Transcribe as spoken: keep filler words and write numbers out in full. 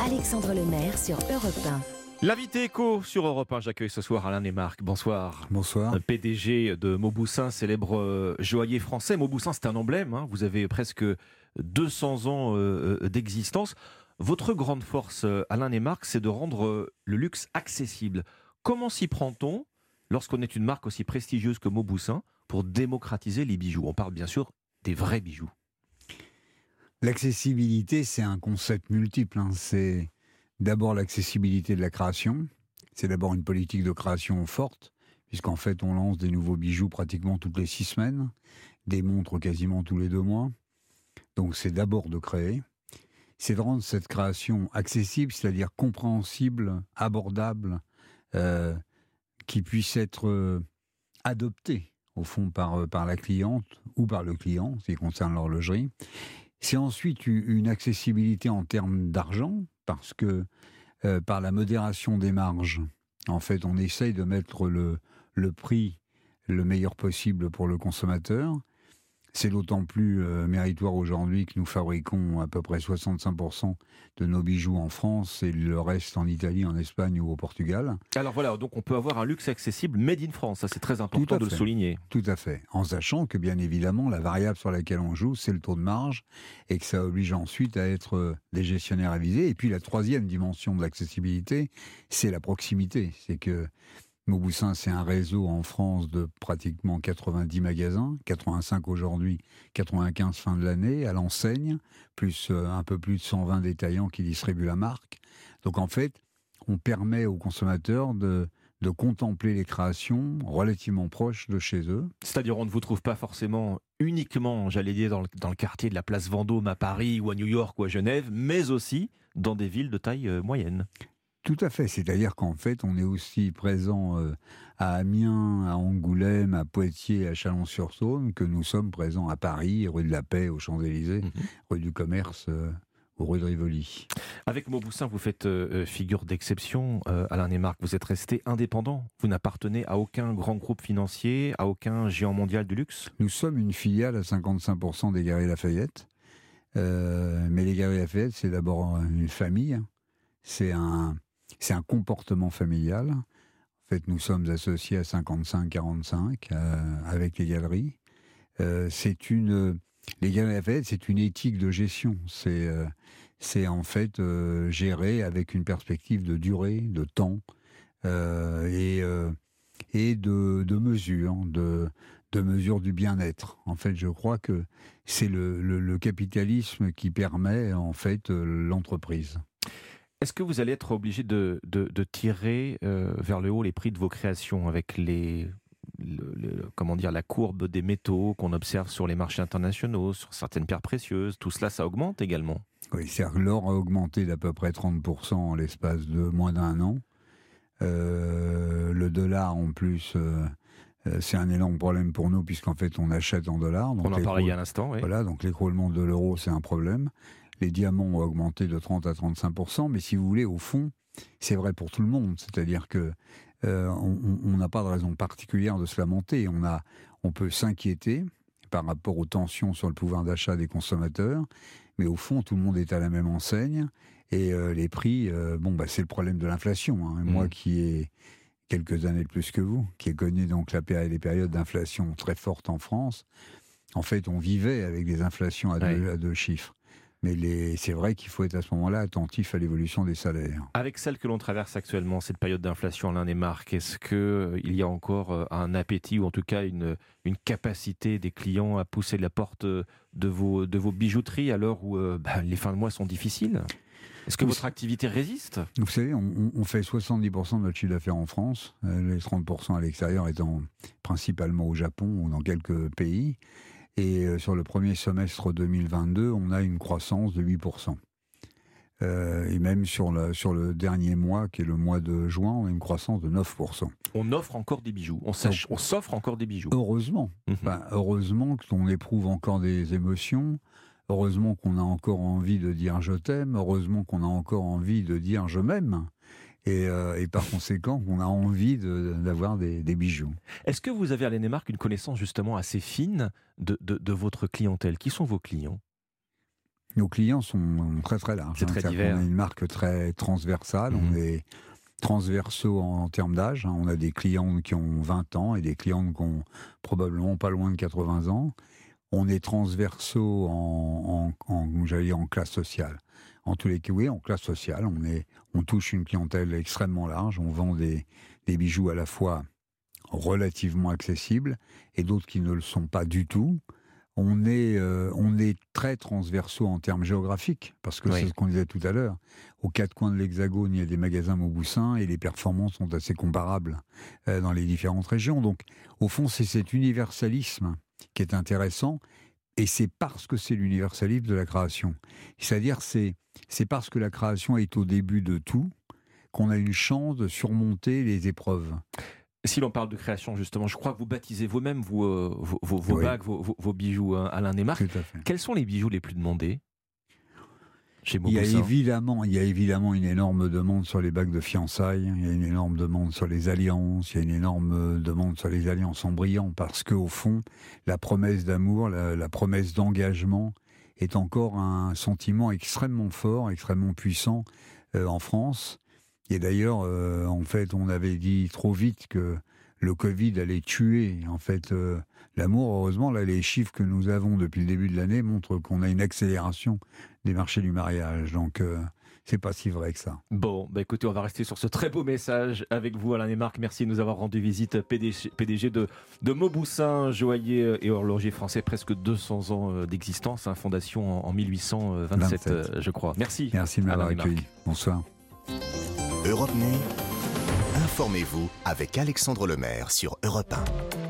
Alexandre Lemaire sur Europe un. L'invité éco sur Europe un, j'accueille ce soir Alain Némarque. Bonsoir. Bonsoir. P D G de Mauboussin, célèbre euh, joaillier français. Mauboussin, c'est un emblème. Hein. Vous avez presque deux cents ans euh, d'existence. Votre grande force, euh, Alain Némarque, c'est de rendre euh, le luxe accessible. Comment s'y prend-on lorsqu'on est une marque aussi prestigieuse que Mauboussin pour démocratiser les bijoux? On parle bien sûr des vrais bijoux. L'accessibilité, c'est un concept multiple. Hein. C'est d'abord l'accessibilité de la création. C'est d'abord une politique de création forte, puisqu'en fait, on lance des nouveaux bijoux pratiquement toutes les six semaines, des montres quasiment tous les deux mois. Donc, c'est d'abord de créer. C'est de rendre cette création accessible, c'est-à-dire compréhensible, abordable, euh, qui puisse être euh, adoptée, au fond, par, par la cliente ou par le client, ce qui concerne l'horlogerie. C'est ensuite une accessibilité en termes d'argent, parce que euh, par la modération des marges, en fait, on essaye de mettre le, le prix le meilleur possible pour le consommateur. C'est d'autant plus euh, méritoire aujourd'hui que nous fabriquons à peu près soixante-cinq pour cent de nos bijoux en France et le reste en Italie, en Espagne ou au Portugal. Alors voilà, donc on peut avoir un luxe accessible made in France, ça c'est très important de le souligner. Tout à fait, en sachant que bien évidemment la variable sur laquelle on joue c'est le taux de marge et que ça oblige ensuite à être euh, des gestionnaires avisés. Et puis la troisième dimension de l'accessibilité, c'est la proximité, c'est que Mauboussin, c'est un réseau en France de pratiquement quatre-vingt-dix magasins, quatre-vingt-cinq aujourd'hui, quatre-vingt-quinze fin de l'année, à l'enseigne, plus euh, un peu plus de cent vingt détaillants qui distribuent la marque. Donc en fait, on permet aux consommateurs de, de contempler les créations relativement proches de chez eux. C'est-à-dire on ne vous trouve pas forcément uniquement, j'allais dire, dans le, dans le quartier de la place Vendôme à Paris ou à New York ou à Genève, mais aussi dans des villes de taille euh, moyenne. Tout à fait, c'est-à-dire qu'en fait, on est aussi présent euh, à Amiens, à Angoulême, à Poitiers, à Chalon-sur-Saône, que nous sommes présents à Paris, rue de la Paix, aux Champs-Élysées, mmh. rue du Commerce, euh, ou rue de Rivoli. Avec Mauboussin, vous faites euh, figure d'exception, euh, Alain Némarque, vous êtes resté indépendant. Vous n'appartenez à aucun grand groupe financier, à aucun géant mondial du luxe. Nous sommes une filiale à cinquante-cinq pour cent des Galeries Lafayette, euh, mais les Galeries Lafayette, c'est d'abord une famille, c'est un... C'est un comportement familial. En fait, nous sommes associés à cinquante-cinq quarante-cinq euh, avec les galeries. Euh, c'est une, les galeries Lafayette, c'est une éthique de gestion. C'est, euh, c'est en fait euh, gérer avec une perspective de durée, de temps euh, et, euh, et de, de mesure, de, de mesure du bien-être. En fait, je crois que c'est le, le, le capitalisme qui permet en fait l'entreprise. Est-ce que vous allez être obligé de, de, de tirer euh, vers le haut les prix de vos créations avec les, le, le, comment dire, la courbe des métaux qu'on observe sur les marchés internationaux, sur certaines pierres précieuses? Tout cela, ça augmente également. Oui, c'est-à-dire que l'or a augmenté d'à peu près trente pour cent en l'espace de moins d'un an. Euh, le dollar, en plus, euh, c'est un énorme problème pour nous, puisqu'en fait, on achète en dollars. Donc on en parlait il y a un instant, oui. Voilà, donc l'écroulement de l'euro, c'est un problème. Les diamants ont augmenté de trente à trente-cinq pour cent, mais si vous voulez, au fond, c'est vrai pour tout le monde. C'est-à-dire que euh, on n'a pas de raison particulière de se lamenter. On, a, on peut s'inquiéter par rapport aux tensions sur le pouvoir d'achat des consommateurs, mais au fond, tout le monde est à la même enseigne. Et euh, les prix, euh, bon, bah, c'est le problème de l'inflation. Hein. Mmh. Moi qui ai quelques années de plus que vous, qui ai connu donc la période, les périodes d'inflation très fortes en France, en fait, on vivait avec des inflations à, ouais. deux, à deux chiffres. Mais les... c'est vrai qu'il faut être à ce moment-là attentif à l'évolution des salaires. Avec celle que l'on traverse actuellement, cette période d'inflation, Alain Némarque, est-ce qu'il euh, y a encore un appétit ou en tout cas une, une capacité des clients à pousser la porte de vos, de vos bijouteries à l'heure où euh, bah, les fins de mois sont difficiles? Est-ce que vous, votre activité résiste? Vous savez, on, on fait soixante-dix pour cent de notre chiffre d'affaires en France, les trente pour cent à l'extérieur étant principalement au Japon ou dans quelques pays. Et sur le premier semestre deux mille vingt-deux, on a une croissance de huit pour cent. Euh, et même sur le, sur le dernier mois, qui est le mois de juin, on a une croissance de neuf pour cent. On offre encore des bijoux, on, sèche, on s'offre encore des bijoux. Heureusement. Mm-hmm. Enfin, heureusement qu'on éprouve encore des émotions, heureusement qu'on a encore envie de dire « je t'aime », heureusement qu'on a encore envie de dire « je m'aime ». Et, euh, et par conséquent, on a envie de, d'avoir des, des bijoux. Est-ce que vous avez, Alain Némarque, une connaissance justement assez fine de, de, de votre clientèle? Qui sont vos clients? Nos clients sont très très larges. C'est hein. très divers. On a une marque très transversale, mmh. on est transversaux en, en termes d'âge. Hein. On a des clients qui ont vingt ans et des clients qui ont probablement pas loin de quatre-vingts ans. On est transversaux en, en, en, j'allais dire en classe sociale. En tous les cas, oui, en classe sociale, on, est, on touche une clientèle extrêmement large. On vend des, des bijoux à la fois relativement accessibles et d'autres qui ne le sont pas du tout. On est, euh, on est très transversaux en termes géographiques, parce que oui. c'est ce qu'on disait tout à l'heure. Aux quatre coins de l'Hexagone, il y a des magasins Mauboussin et les performances sont assez comparables euh, dans les différentes régions. Donc, au fond, c'est cet universalisme qui est intéressant, et c'est parce que c'est l'universalisme de la création. C'est-à-dire, c'est, c'est parce que la création est au début de tout qu'on a une chance de surmonter les épreuves. Si l'on parle de création, justement, je crois que vous baptisez vous-même vous, euh, vos, vos, vos oui. bagues, vos, vos, vos bijoux, hein, Alain Neymarck. Quels sont les bijoux les plus demandés chez Mauboussin ? il y a évidemment, il y a évidemment une énorme demande sur les bagues de fiançailles, il y a une énorme demande sur les alliances, il y a une énorme demande sur les alliances en brillant, parce qu'au fond, la promesse d'amour, la, la promesse d'engagement est encore un sentiment extrêmement fort, extrêmement puissant euh, en France. Et d'ailleurs, euh, en fait, on avait dit trop vite que le Covid allait tuer en fait euh, l'amour. Heureusement, là, les chiffres que nous avons depuis le début de l'année montrent qu'on a une accélération des marchés du mariage. Donc, euh, c'est pas si vrai que ça. Bon, bah écoutez, on va rester sur ce très beau message avec vous, Alain Neymarck. Merci de nous avoir rendu visite, P D G, P D G de, de Mauboussin, joaillier et horloger français, presque deux cents ans d'existence, hein, fondation en, en mille huit cent vingt-sept, vingt-sept. Je crois. Merci. Merci de m'avoir accueilli. Bonsoir. Europe Nuit, informez-vous avec Alexandre Lemaire sur Europe un.